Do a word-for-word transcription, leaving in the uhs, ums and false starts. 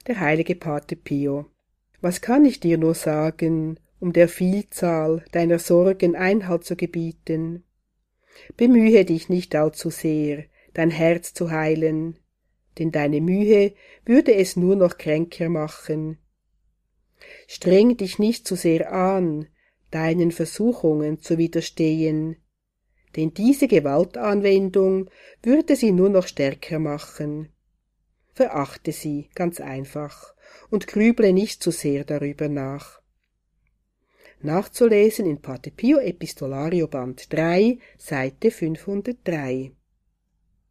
Der heilige Pater Pio. Was kann ich dir nur sagen, um der Vielzahl deiner Sorgen Einhalt zu gebieten? Bemühe dich nicht allzu sehr, dein Herz zu heilen, denn deine Mühe würde es nur noch kränker machen. Streng dich nicht zu sehr an, deinen Versuchungen zu widerstehen, denn diese Gewaltanwendung würde sie nur noch stärker machen. Verachte sie, ganz einfach, und grüble nicht zu sehr darüber nach. Nachzulesen in Pater Pio Epistolario Band drei, Seite fünfhundertdrei.